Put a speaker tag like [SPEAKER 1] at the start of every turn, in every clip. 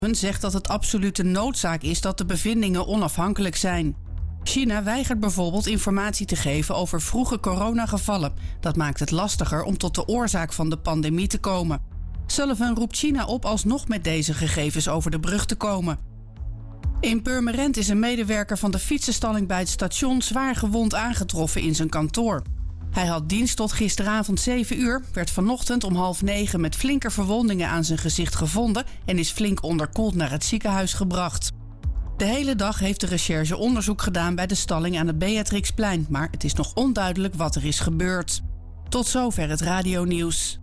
[SPEAKER 1] zegt dat het absolute noodzaak is dat de bevindingen onafhankelijk zijn. China weigert bijvoorbeeld informatie te geven over vroege coronagevallen. Dat maakt het lastiger om tot de oorzaak van de pandemie te komen. Sullivan roept China op alsnog met deze gegevens over de brug te komen. In Purmerend is een medewerker van de fietsenstalling bij het station zwaar gewond aangetroffen in zijn kantoor. Hij had dienst tot gisteravond 7 uur, werd vanochtend om 8:30 met flinke verwondingen aan zijn gezicht gevonden en is flink onderkoeld naar het ziekenhuis gebracht. De hele dag heeft de recherche onderzoek gedaan bij de stalling aan het Beatrixplein, maar het is nog onduidelijk wat er is gebeurd. Tot zover het radionieuws.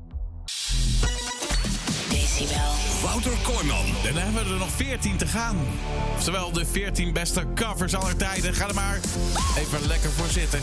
[SPEAKER 2] Decibel.
[SPEAKER 3] Wouter Koorman. En dan hebben we er nog 14 te gaan. Oftewel de 14 beste covers aller tijden. Ga er maar even lekker voor zitten.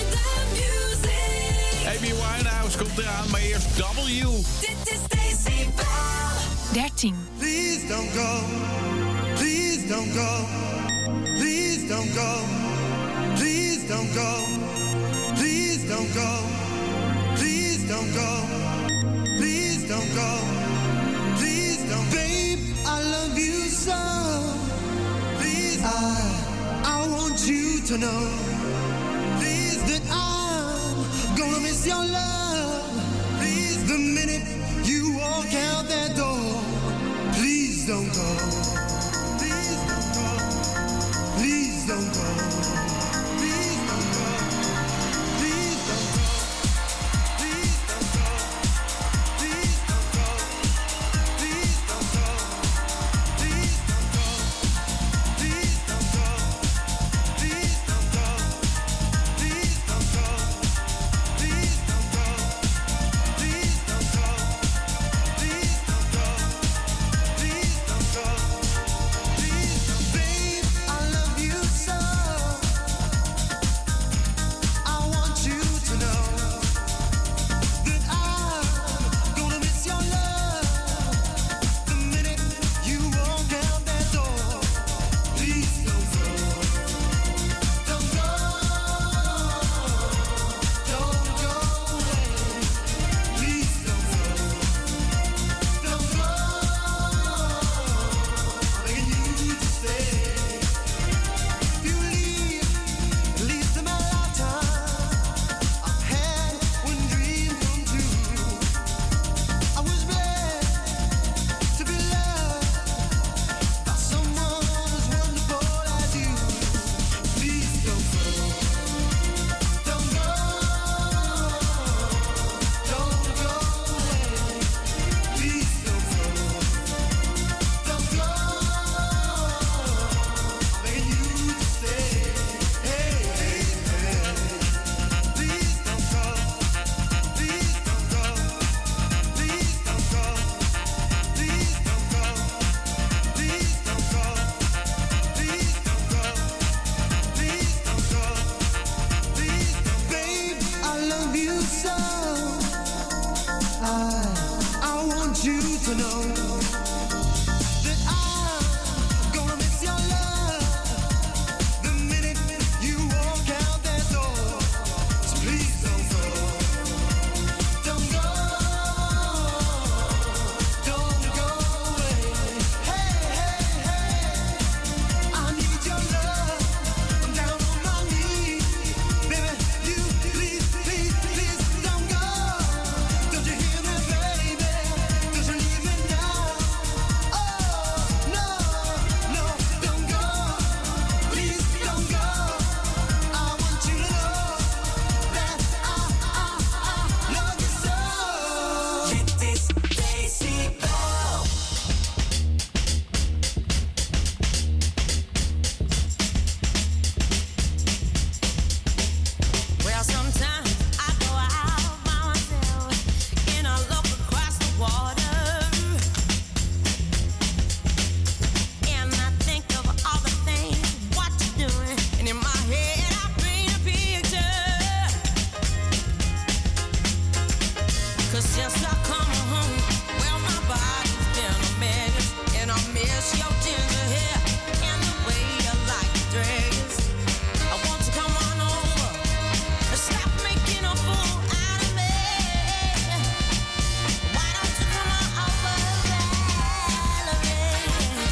[SPEAKER 3] Amy Winehouse komt eraan, maar eerst W.
[SPEAKER 2] Dit is Decibel. 13.
[SPEAKER 4] Please don't go. Please don't go. Please don't go. Please don't go. Please don't go. Please don't go. Please don't go. Please don't. Babe, I love you so. Please, I want you to know. Please, that I'm gonna miss your love. Please, the minute you walk out that door. Please don't go. Please don't go. Please don't go. Please don't go. Please don't go. Please don't go. Please don't go. Please don't go. Please don't go. Please don't go. Please don't go. Please don't go. Please don't go. Please don't go. Please don't go. Please don't go. Please don't. Babe, I love you so. I want you to know that I'm gonna miss your love the minute you walk out that door. Please don't go. Don't go. Don't go away. Please don't go. Don't go. I'm begging you to stay. If you leave, at least in my lifetime, I've had one dream come true. I was blessed to be loved by someone as wonderful as you. Please don't go. Don't go. Don't go away. Please don't go. Don't go. I'm begging you to stay. Hey, hey, hey. Please don't go. Please don't go. Please don't go. Please don't go. Please don't go. Please don't go. Please don't go. Please don't. Babe, I love you so. I want you to know that I'm gonna miss your love the minute you walk out that door. So please don't go. Don't go. Don't go away. Hey, hey, hey. I need your love. I'm down on my knees. Baby, you please, please, please don't go. Don't you hear me, baby? Don't you leave me now. Oh, no, no, don't go. Please don't go. I want you to know that I love you so.
[SPEAKER 2] Dit is Decibel.
[SPEAKER 5] Well, sometimes I go out by myself and I look across the water, and I think of all the things what you're doing, and in my head I paint a picture. 'Cause since I come home, well, my body's been a mess, and I miss your ginger hair and the way you like your dress. I want to come on over. Stop making a fool out of me. Why don't you come on over, Valerie?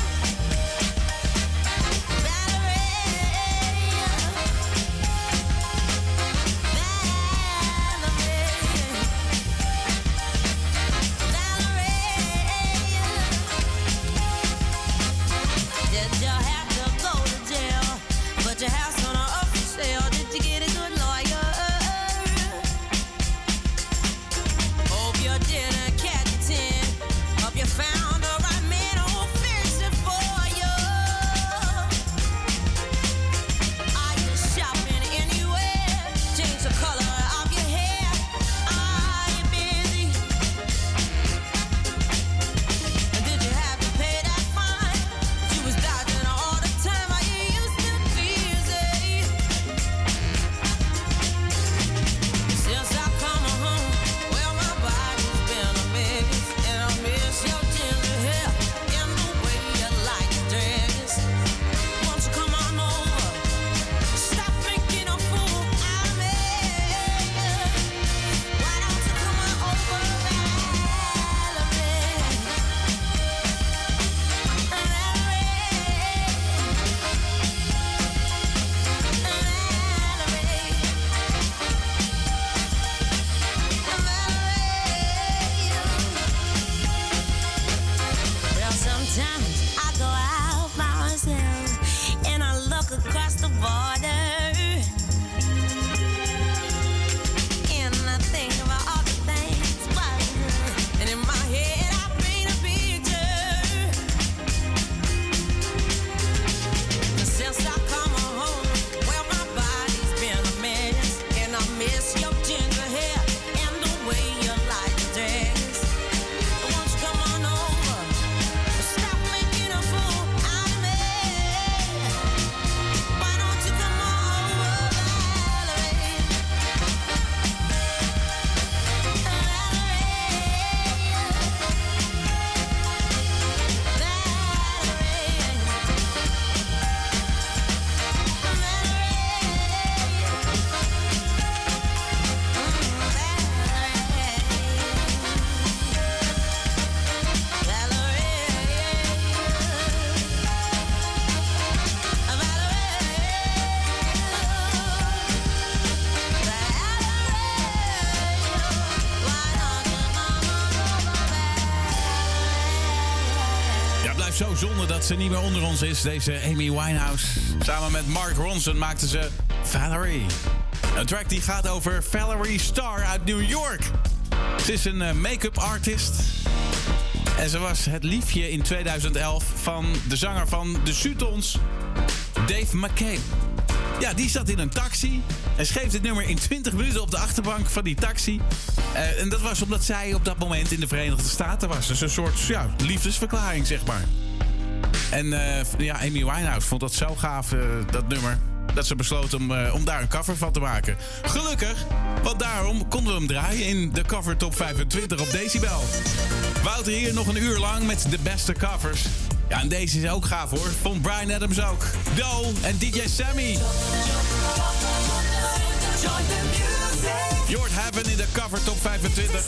[SPEAKER 3] zonde dat ze niet meer onder ons is, deze Amy Winehouse. Samen met Mark Ronson maakten ze Valerie. Een track die gaat over Valerie Starr uit New York. Ze is een make-up artist. En ze was het liefje in 2011 van de zanger van de Sutons, Dave McCabe. Ja, die zat in een taxi en schreef dit nummer in 20 minuten op de achterbank van die taxi. En dat was omdat zij op dat moment in de Verenigde Staten was. Dus een soort liefdesverklaring, zeg maar. En Amy Winehouse vond dat zo gaaf, dat nummer, dat ze besloot om daar een cover van te maken. Gelukkig, want daarom konden we hem draaien in de cover top 25 op Decibel. Wouter hier nog een uur lang met de beste covers. Ja, en deze is ook gaaf hoor. Vond Bryan Adams ook. Doe en DJ Sammy. Jord Heaven in de cover top 25.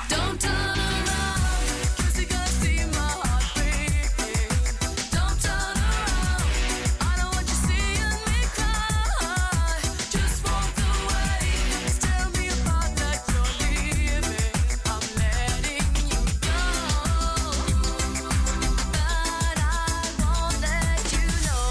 [SPEAKER 5] Don't turn around, 'cause you're gonna see my heart breaking. Don't turn around, I don't want you seeing me cry. Just walk away, tell me about that you're leaving. I'm letting you go, but I won't let you know.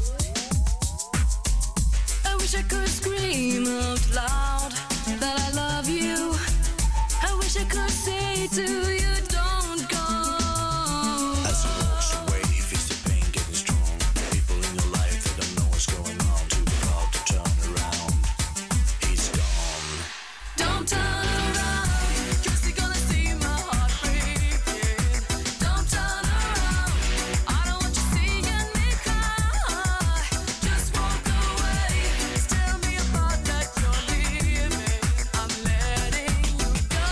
[SPEAKER 5] I wish I could scream out loud that I love you. I wish I could say to you, don't go.
[SPEAKER 6] As you wash away, feels the pain getting strong. People in your life that don't know what's going on. Too proud to turn around. He's gone.
[SPEAKER 5] Don't turn around, 'cause you're gonna see my heart breaking. Don't turn around, I don't want you seeing me cry. Just walk away, tell me about that you're leaving. I'm letting you go.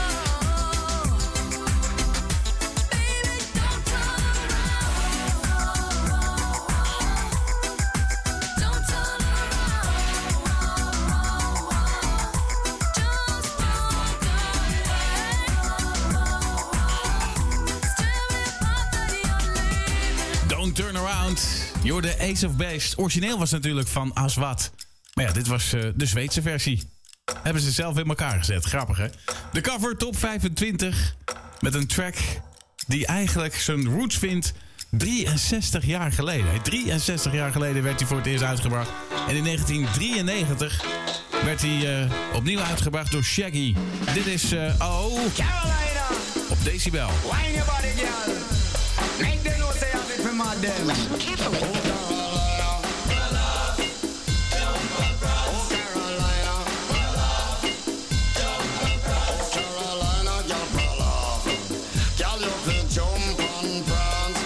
[SPEAKER 5] Baby, don't turn around. Don't turn
[SPEAKER 3] Don't Turn Around. Je hoorde Ace of Base. Origineel was natuurlijk van Aswad. Maar ja, dit was de Zweedse versie. Hebben ze zelf in elkaar gezet. Grappig, hè? De cover top 25. Met een track die eigenlijk zijn roots vindt 63 jaar geleden. 63 jaar geleden werd hij voor het eerst uitgebracht. En in 1993 werd hij opnieuw uitgebracht door Shaggy. Dit is
[SPEAKER 7] Carolina,
[SPEAKER 3] op Decibel.
[SPEAKER 7] wine your body, girl. Make them know say I'm it for my dem. Oh, Carolina. Oh, Carolina. Oh, Carolina, girl, brother. Girl, you can jump and prance.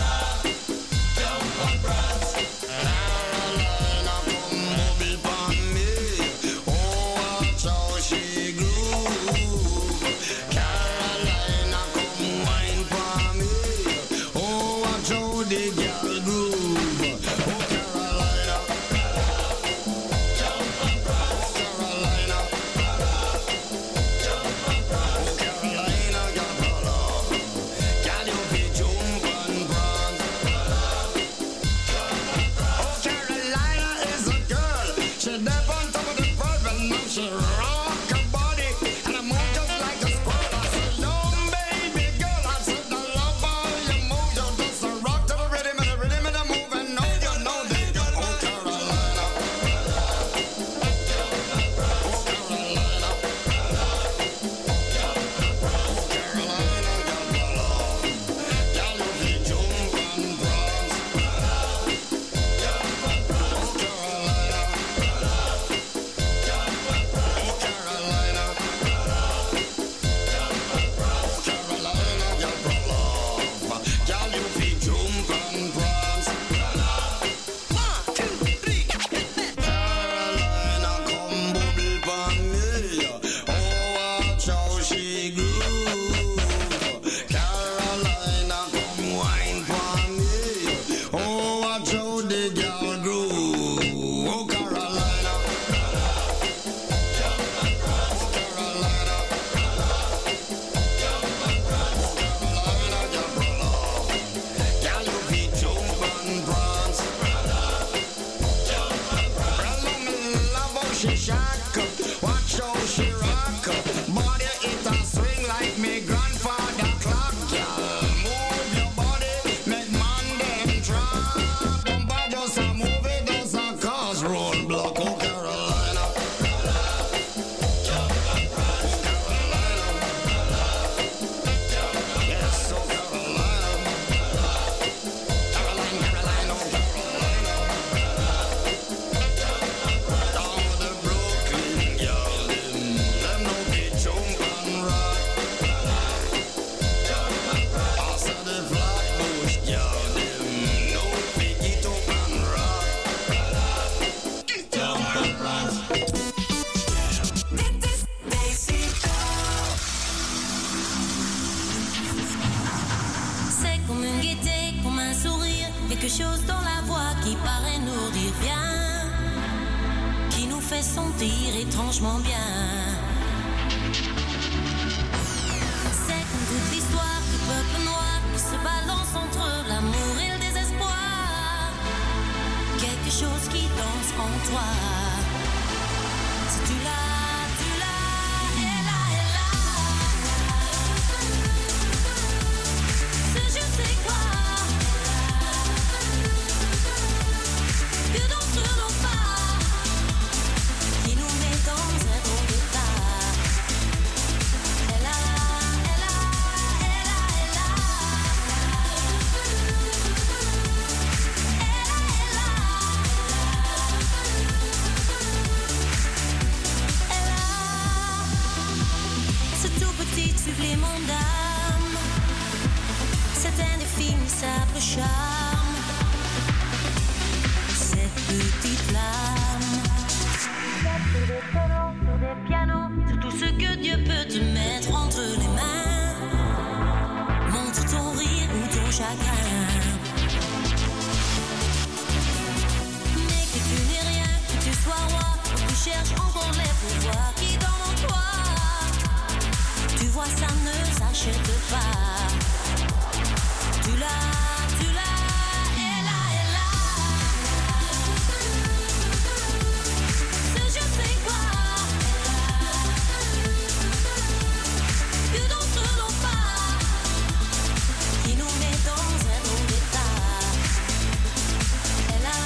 [SPEAKER 7] Carolina, come booby pon me. Oh, watch how she groove. Carolina, come wine pon me. Oh, watch how the girl groove. Oh, Carolina. Oh, Carolina. Oh, Carolina, girl, brother. Girl, you can jump and prance. Oh, Carolina is a girl. She deep on top of the world, and now she rock her body, and I move just like a squirrel. I said, no, baby girl, I said, I love how you move. You just a rock to the rhythm and the move, and know you know that you're oh, Carolina. Oh, Carolina. Oh, Carolina, girl, brother. Girl, you can jump and prance. Oh, Carolina. Oh, Carolina. Oh, Carolina, girl, brother. Girl, you can jump and prance. 1, 2, 3. Carolina, come bubble pon me. Oh, watch how she groove. Carolina, come wine pon me. Oh, watch how the girl groove. Oh, Carolina. Oh, Carolina. Oh, Carolina, girl, brother. Girl, you can jump and prance. Brother, me love how she shack up. Watch how she rock up. Body it a swing like me grandfather clock. Girl, move your body, make man them drop. Bumper just a move it, just a cause roadblock. Oh, Carolina. Oh, Carolina. Yes, oh, Carolina. Caroline, Caroline, oh, Carolina. Down the Brooklyn, girl, them no be jump and rock. Also the Flatbush, girl, them no be get up and rock. Jump and rock.
[SPEAKER 2] Dit is Decibel.
[SPEAKER 5] C'est comme une gaieté, comme un sourire, quelque chose dans la voix qui paraît nous dire bien, qui nous fait sentir étrangement bien. toi. Si tu l'as, elle a. Ce je sais quoi, que d'entre nos pas, qui nous met dans un drôle d'état. Elle a. Ce tout petit supplément d'âme, cet indéfinissable charme, cette petite flamme. Sur des pianos, sur des pianos, c'est tout ce que Dieu peut te mettre entre les mains. Montre ton rire ou ton chagrin. Mais que tu n'es rien, que tu sois roi, que tu cherches encore les pouvoirs qui dorment en toi. Tu vois, ça ne s'achète pas. Tu l'as, elle a. Ce je sais quoi, que d'entre nos pas, qui nous met dans un drôle d'état. Elle a.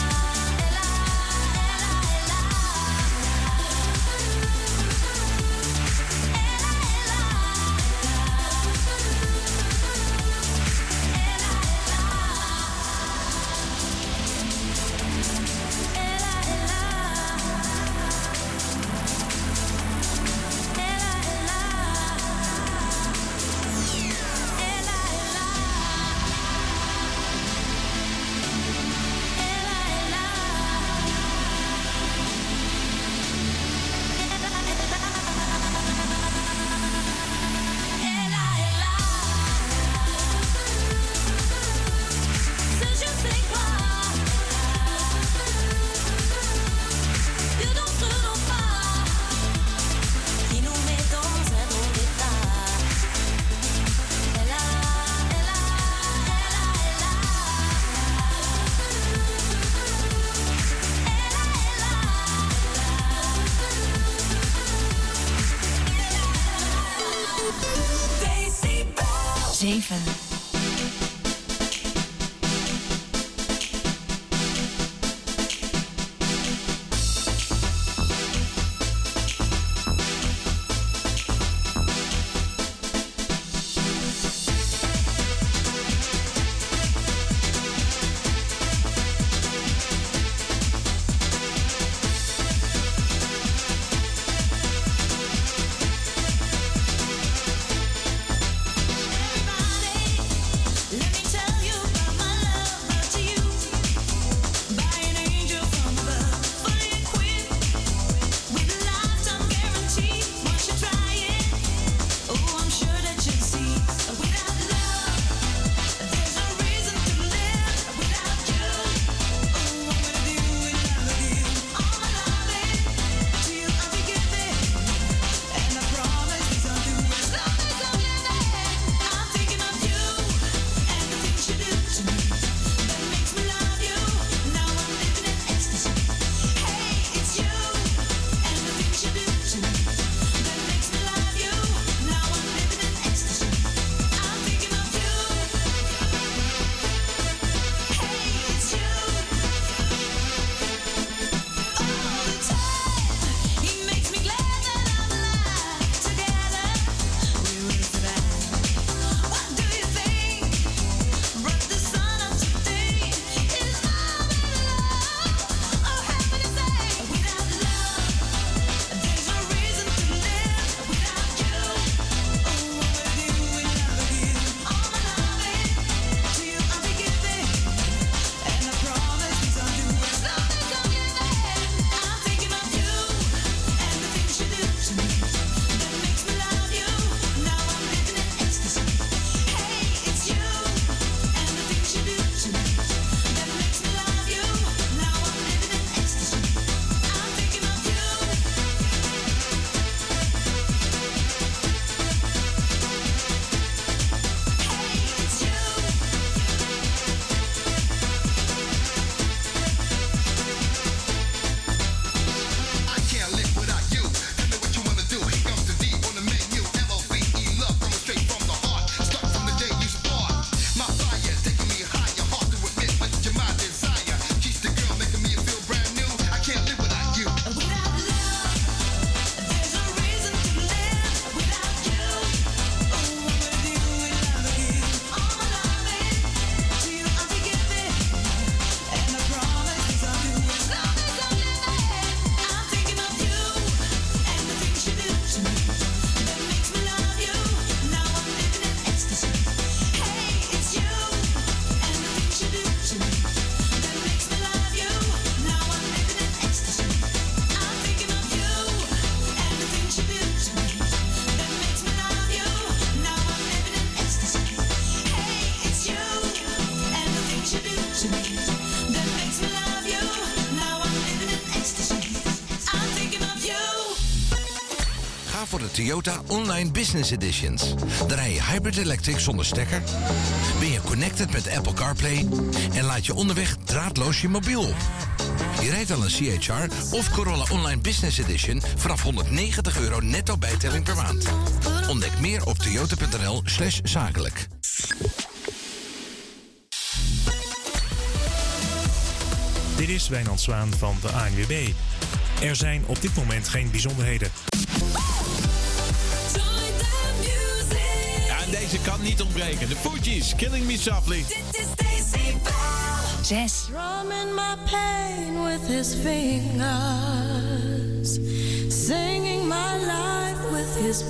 [SPEAKER 5] Everybody
[SPEAKER 8] voor de Toyota Online Business Editions. Dan rij je hybrid electric zonder stekker, ben je connected met Apple CarPlay en laat je onderweg draadloos je mobiel op. Je rijdt al een CHR of Corolla Online Business Edition vanaf €190 netto bijtelling per maand. Ontdek meer op toyota.nl/zakelijk.
[SPEAKER 9] Dit is Wijnand Zwaan van de ANWB. Er zijn op dit moment geen bijzonderheden.
[SPEAKER 3] Ja, en deze kan niet ontbreken. De Fugees, Killing Me Softly.
[SPEAKER 2] Dit is Decibel.
[SPEAKER 1] 6.
[SPEAKER 5] Drumming my pain with his fingers, singing my life with his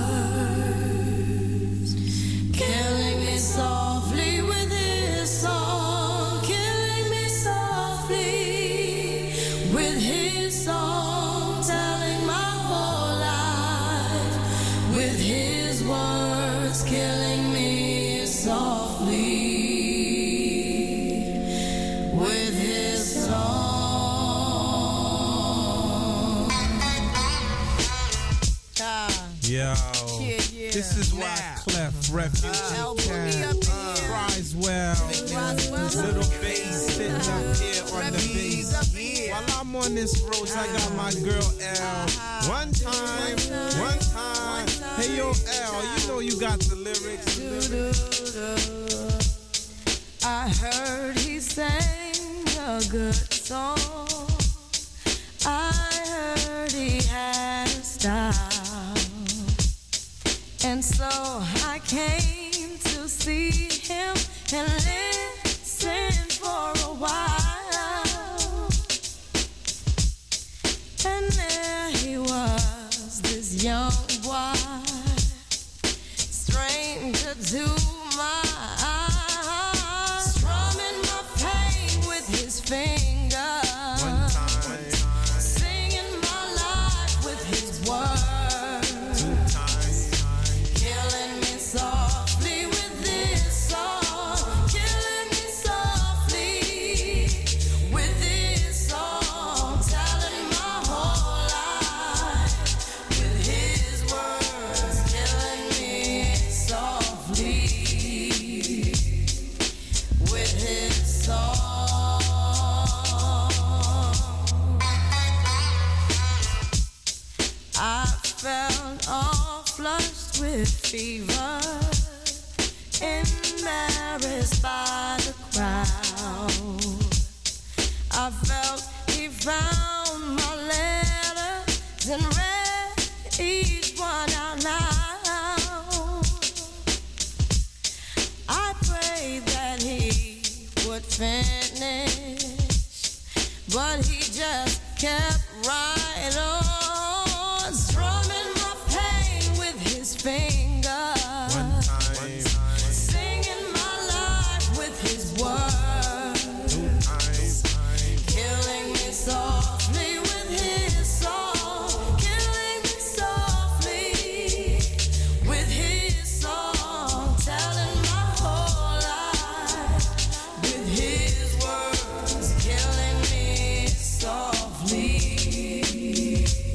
[SPEAKER 5] words, killing me softly with his song, killing me softly with his song, telling my whole life with his words, killing me softly. With his song.
[SPEAKER 10] Yo, this is why Clef Refugee cries well. Little bass sitting up here on the bass. While I'm on this road, I got my girl L. One time. Hey yo, L, you know you got the lyrics.
[SPEAKER 5] I heard he sang a good song. I heard he had a style. And so I came to see him and listen for a while. And there he was, this young boy, stranger to my eyes, strumming my pain with his fingers, singing my life with his words, killing me softly with this song, killing me softly with this song, telling my whole life with his words, killing me softly with his song. I felt all flushed with fever, embarrassed by the crowd. I felt he found my letters and read each one out loud. I prayed that he would finish, but he just kept right on, strumming my pain with his fingers, singing my life with his words, killing me softly with his song, killing me softly with his song, telling my whole life with his words, killing me softly.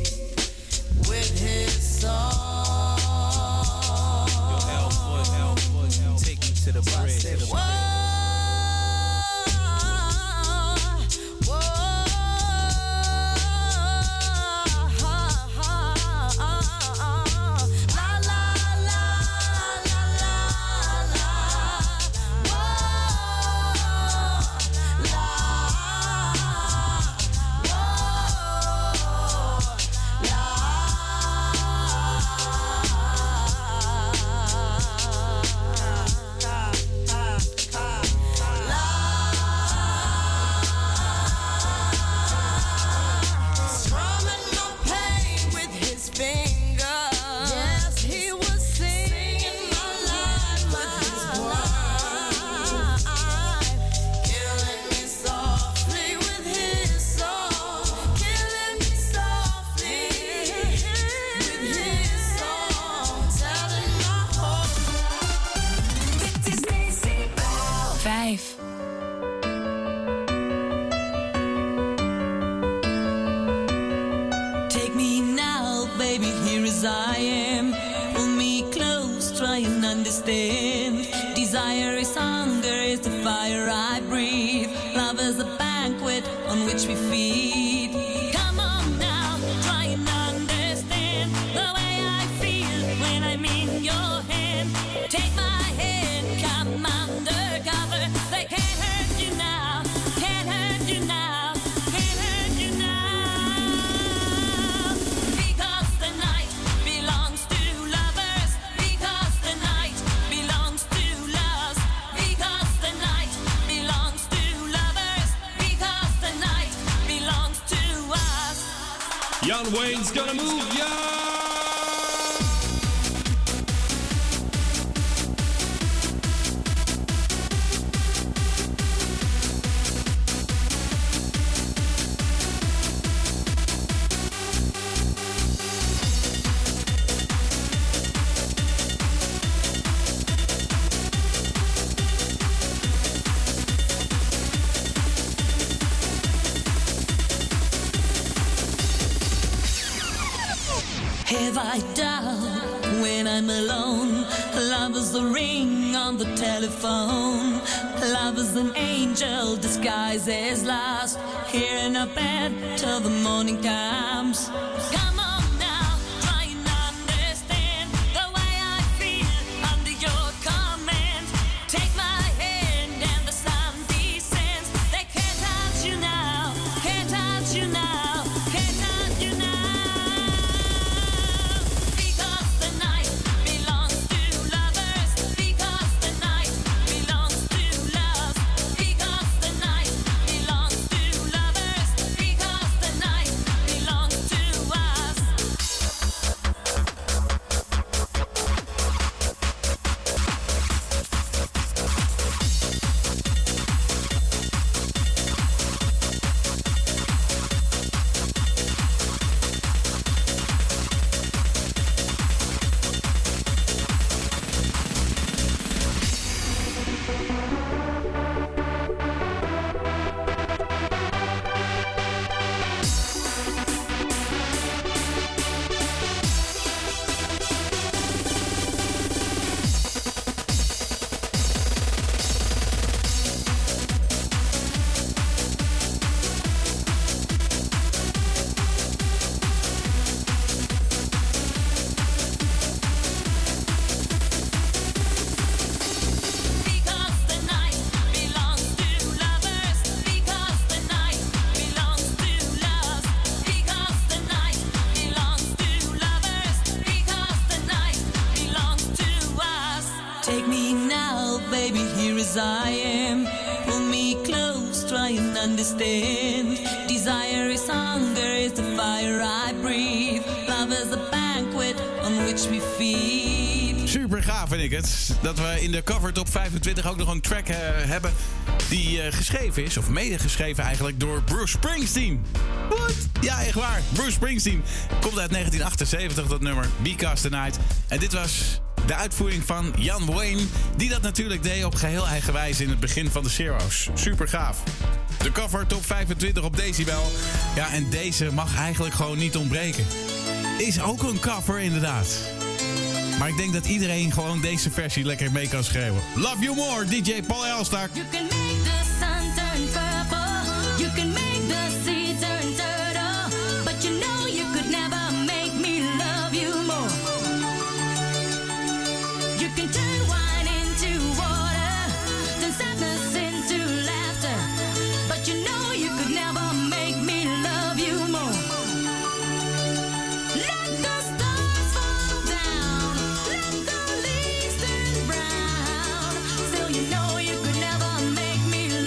[SPEAKER 5] Desire is hunger, is the fire I breathe. Love is the banquet on which we feed. Come on now, try and understand the way I feel when I'm in your hand. Take my hand, come undercover. They can't hurt you now, can't hurt you now, can't hurt you now. Because the night belongs to lovers. Because the night belongs to love. Because the night belongs to lovers. Because the night belongs to us.
[SPEAKER 11] Jan Wayne's gonna move, yeah!
[SPEAKER 5] Have I doubt when I'm alone? Love is the ring on the telephone. Love is an angel disguised as lost. Here in a bed till the morning comes. Come on now, try and understand the way I feel under your command. Take my hand and the sun descends. They can't touch you now, can't touch you now, can't touch you now. Because the night belongs to lovers. Because the night belongs to love. Because the night belongs to lovers. Because the night belongs to us. Because the night belongs to lovers. Because the night belongs to love. Because the night belongs to lovers. Because the night belongs to us. Take me now, baby, here as I am. Pull me close, try and understand. Desire is hunger, is the fire I breathe. Love is the banquet on which we feed.
[SPEAKER 3] Super gaaf vind ik het. Dat we in de cover top 25 ook nog een track hebben die geschreven is, of medegeschreven eigenlijk, door Bruce Springsteen. What? Ja, echt waar. Bruce Springsteen komt uit 1978, dat nummer, Because the Night. En dit was de uitvoering van Jan Wayne, die dat natuurlijk deed op geheel eigen wijze in het begin van de Zero's. Super gaaf. De cover top 25 op Decibel. Ja, en deze mag eigenlijk gewoon niet ontbreken. Is ook een cover, inderdaad. Maar ik denk dat iedereen gewoon deze versie lekker mee kan schreeuwen. Love You More, DJ Paul Elstak.
[SPEAKER 5] You can make the sun turn purple. You can make the sea turn turtle. But you know you could never make me love you more. You can turn wine into water, then sadness into laughter. But you know you could never make me love you more. Let the stars fall down, let the leaves turn brown. Still you know you could never make me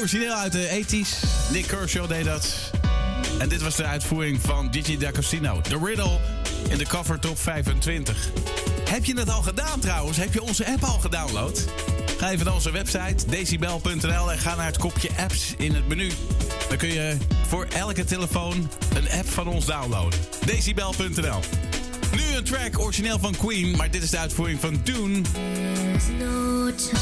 [SPEAKER 3] Origineel uit de 80s. Nick Kershaw deed dat. En dit was de uitvoering van Gigi D'Agostino. The Riddle in de cover top 25. Heb je het al gedaan trouwens? Heb je onze app al gedownload? Ga even naar onze website decibel.nl en ga naar het kopje apps in het menu. Dan kun je voor elke telefoon een app van ons downloaden. Decibel.nl. Nu een track origineel van Queen, maar dit is de uitvoering van Dune.
[SPEAKER 12] There's no time.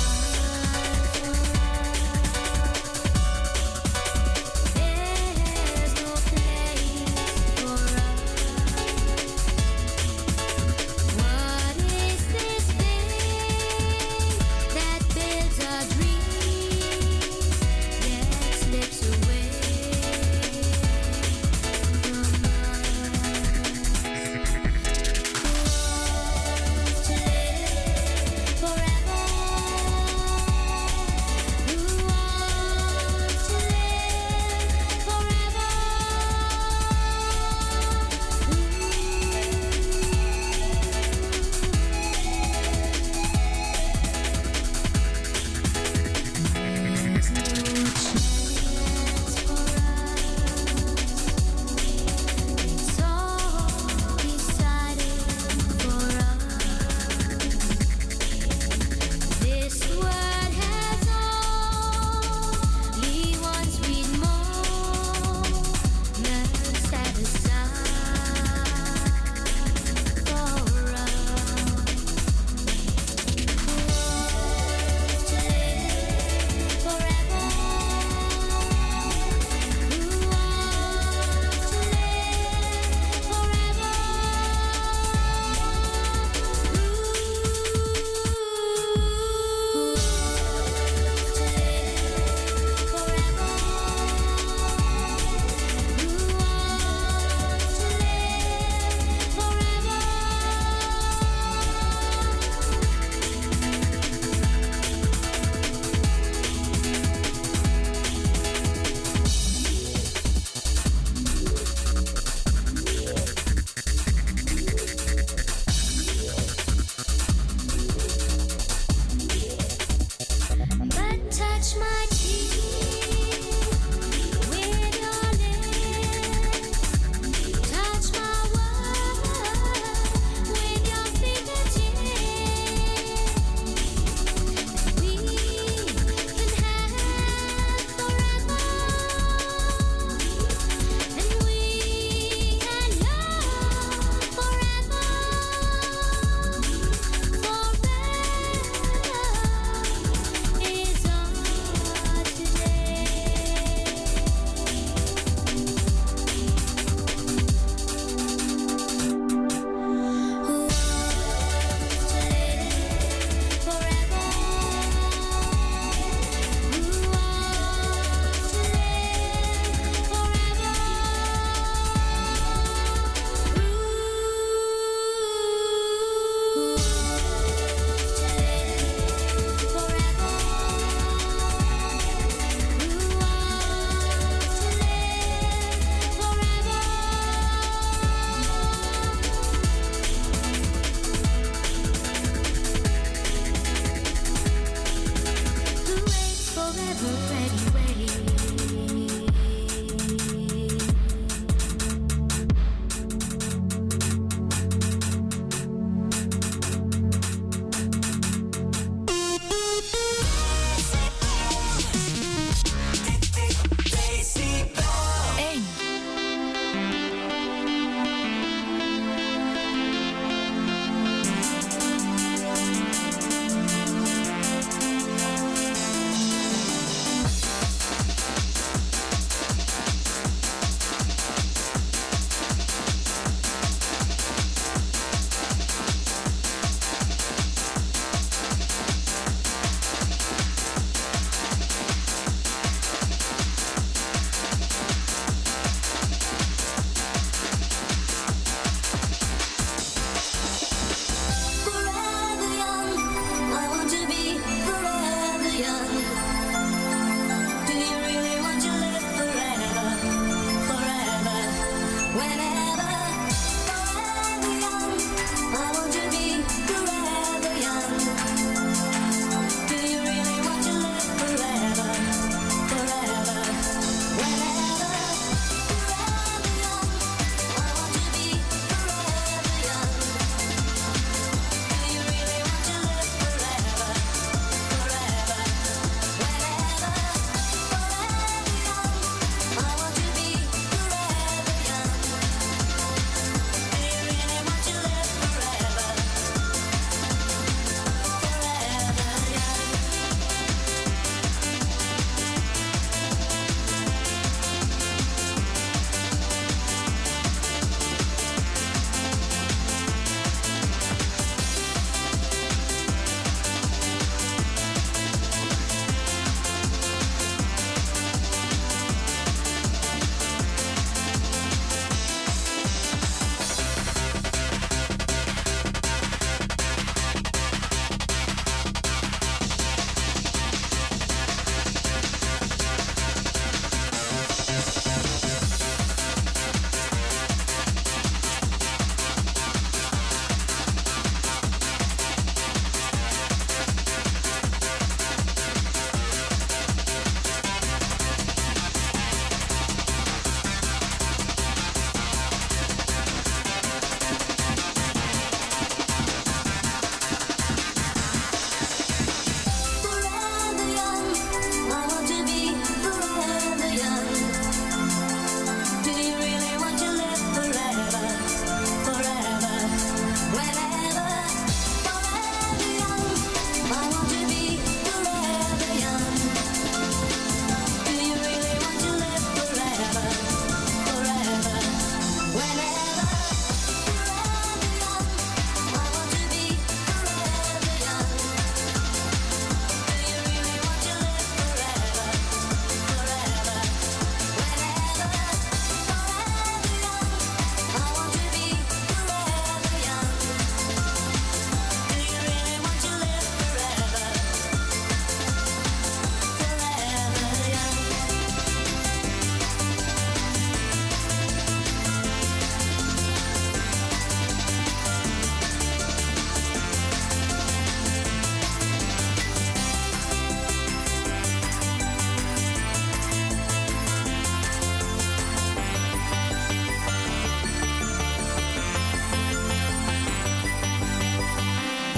[SPEAKER 13] Forever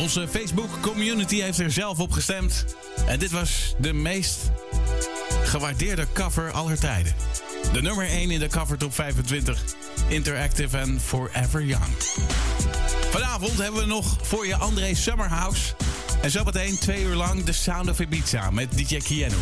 [SPEAKER 3] Onze Facebook community heeft er zelf op gestemd. En dit was de meest gewaardeerde cover aller tijden. De nummer 1 in de cover top 25. Interactive en Forever Young. Vanavond hebben we nog voor je André Summerhouse. En zometeen 2 uur lang The Sound of Ibiza met DJ Kienu.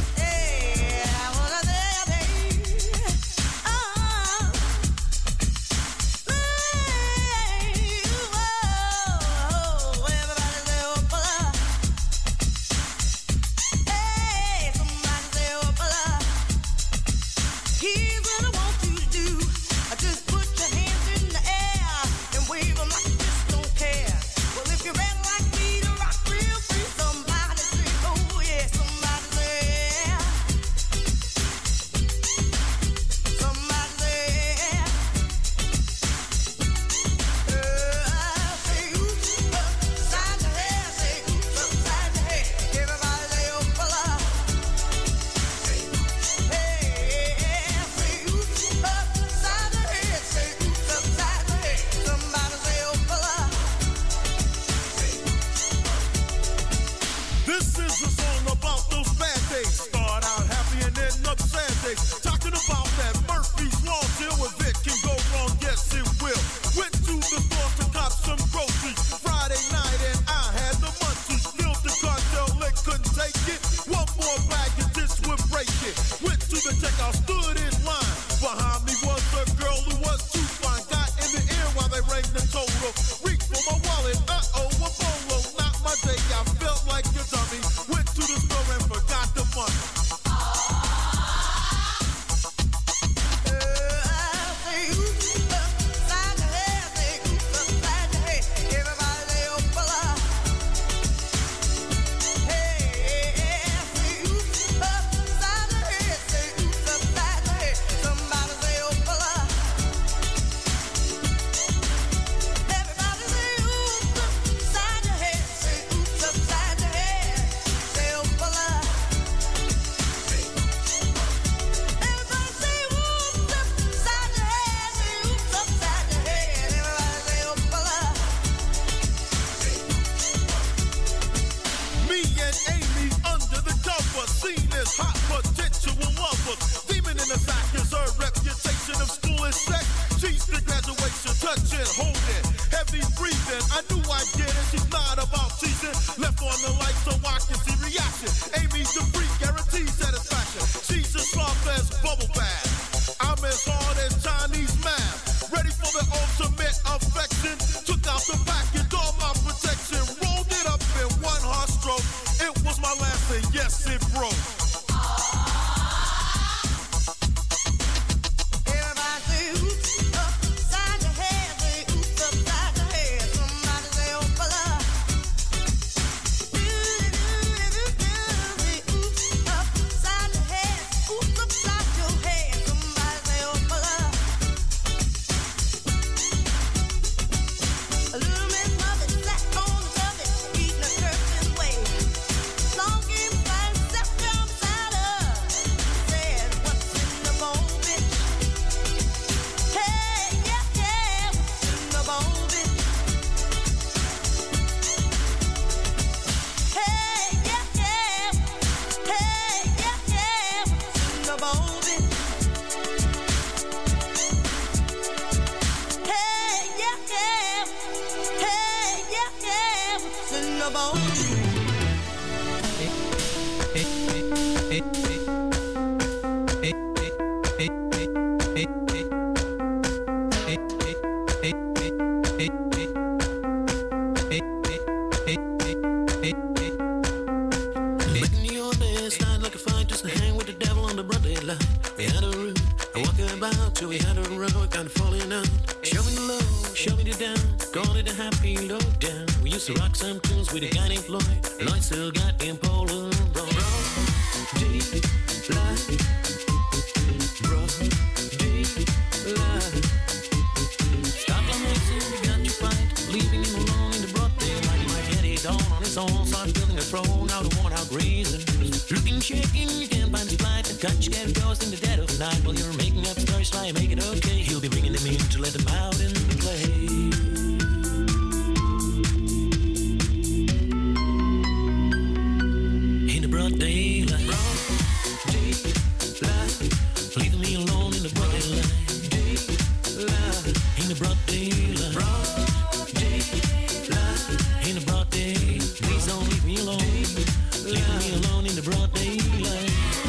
[SPEAKER 6] in the broad day. Please don't leave me alone. Leave me alone in the broad daylight.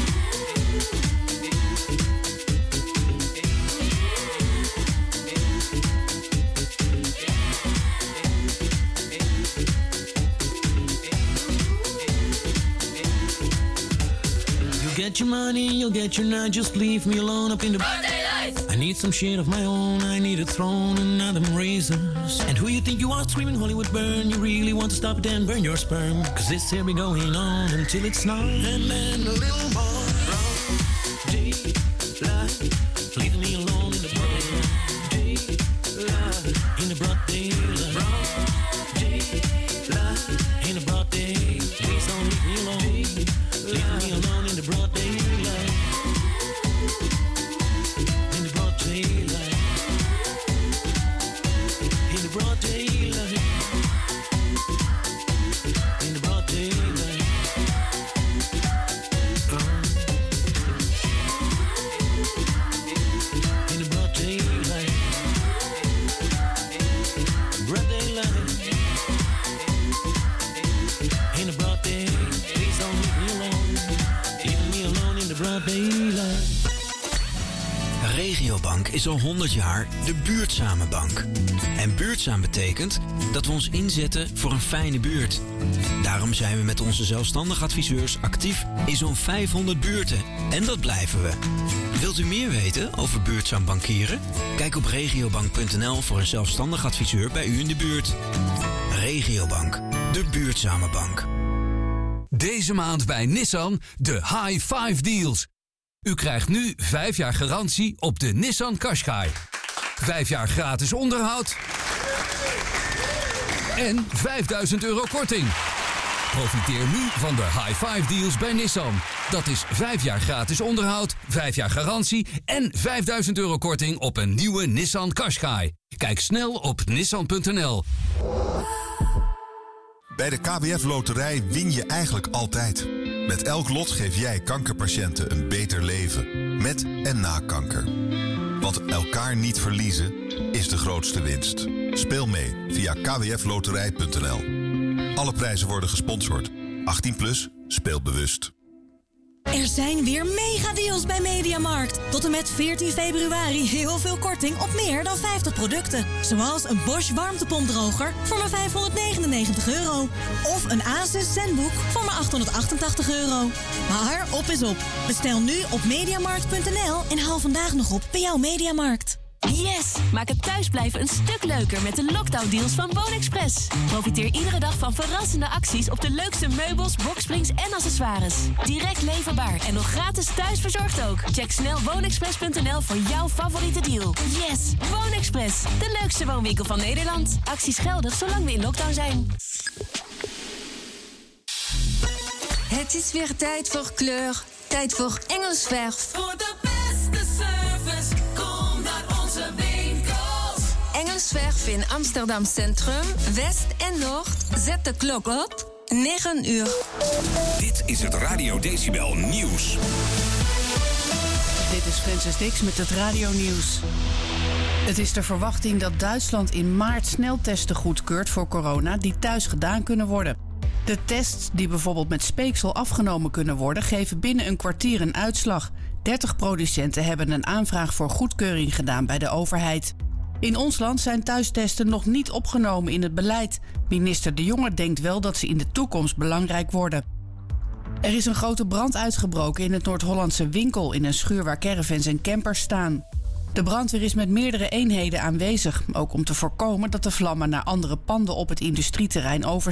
[SPEAKER 6] Get your money, you'll get your night. Just leave me alone up in the broad daylight. I need some shit of my own. I need a throne and not them razors. And who you think you are screaming Hollywood burn? You really want to stop it and burn your sperm? Cause this here be going on until it's not. And then a little more broad daylight. Leave me alone in the broad daylight. In the broad daylight. Broad daylight. In the broad day. Please don't leave me alone. Leave me alone in the broad daylight. In the broad daylight. In the broad daylight. In the broad daylight. In the broad daylight. Broad daylight. In the broad day. Please don't leave me alone. Leave me alone in the broad daylight.
[SPEAKER 13] Regiobank is al 100 jaar de buurtzame bank. En buurtzaam betekent dat we ons inzetten voor een fijne buurt. Daarom zijn we met onze zelfstandig adviseurs actief in zo'n 500 buurten. En dat blijven we. Wilt u meer weten over buurtzaam bankieren? Kijk op regiobank.nl voor een zelfstandig adviseur bij u in de buurt. Regiobank, de buurtzame bank.
[SPEAKER 14] Deze maand bij Nissan de High 5 Deals. U krijgt nu 5 jaar garantie op de Nissan Qashqai. 5 jaar gratis onderhoud. En €5.000 korting. Profiteer nu van de High 5 Deals bij Nissan. Dat is 5 jaar gratis onderhoud, 5 jaar garantie en €5.000 korting op een nieuwe Nissan Qashqai. Kijk snel op nissan.nl.
[SPEAKER 15] Bij de KWF Loterij win je eigenlijk altijd. Met elk lot geef jij kankerpatiënten een beter leven. Met en na kanker. Want elkaar niet verliezen is de grootste winst. Speel mee via kwfloterij.nl. Alle prijzen worden gesponsord. 18+, speel bewust.
[SPEAKER 16] Er zijn weer megadeals bij Mediamarkt. Tot en met 14 februari heel veel korting op meer dan 50 producten. Zoals een Bosch warmtepompdroger voor maar €599. Of een Asus ZenBook voor maar €888. Maar op is op. Bestel nu op mediamarkt.nl en haal vandaag nog op bij jouw Mediamarkt.
[SPEAKER 17] Yes! Maak het thuisblijven een stuk leuker met de lockdown-deals van WoonExpress. Profiteer iedere dag van verrassende acties op de leukste meubels, boxsprings en accessoires. Direct leverbaar en nog gratis thuisverzorgd ook. Check snel woonexpress.nl voor jouw favoriete deal. Yes! WoonExpress, de leukste woonwinkel van Nederland. Acties geldig zolang we in lockdown zijn.
[SPEAKER 18] Het is weer tijd voor kleur. Tijd voor Engels verf.
[SPEAKER 5] Voor de beste service, kom naar onze winkels.
[SPEAKER 18] Engels verf in Amsterdam Centrum, West en Noord. Zet de klok op. 9 uur.
[SPEAKER 19] Dit is het Radio Decibel Nieuws.
[SPEAKER 1] Dit is Francis Dix met het radionieuws. Het is de verwachting dat Duitsland in maart sneltesten goedkeurt voor corona die thuis gedaan kunnen worden. De tests die bijvoorbeeld met speeksel afgenomen kunnen worden, geven binnen een kwartier een uitslag. 30 producenten hebben een aanvraag voor goedkeuring gedaan bij de overheid. In ons land zijn thuistesten nog niet opgenomen in het beleid. Minister De Jonge denkt wel dat ze in de toekomst belangrijk worden. Er is een grote brand uitgebroken in het Noord-Hollandse Winkel in een schuur waar caravans en campers staan. De brandweer is met meerdere eenheden aanwezig, ook om te voorkomen dat de vlammen naar andere panden op het industrieterrein overslaan.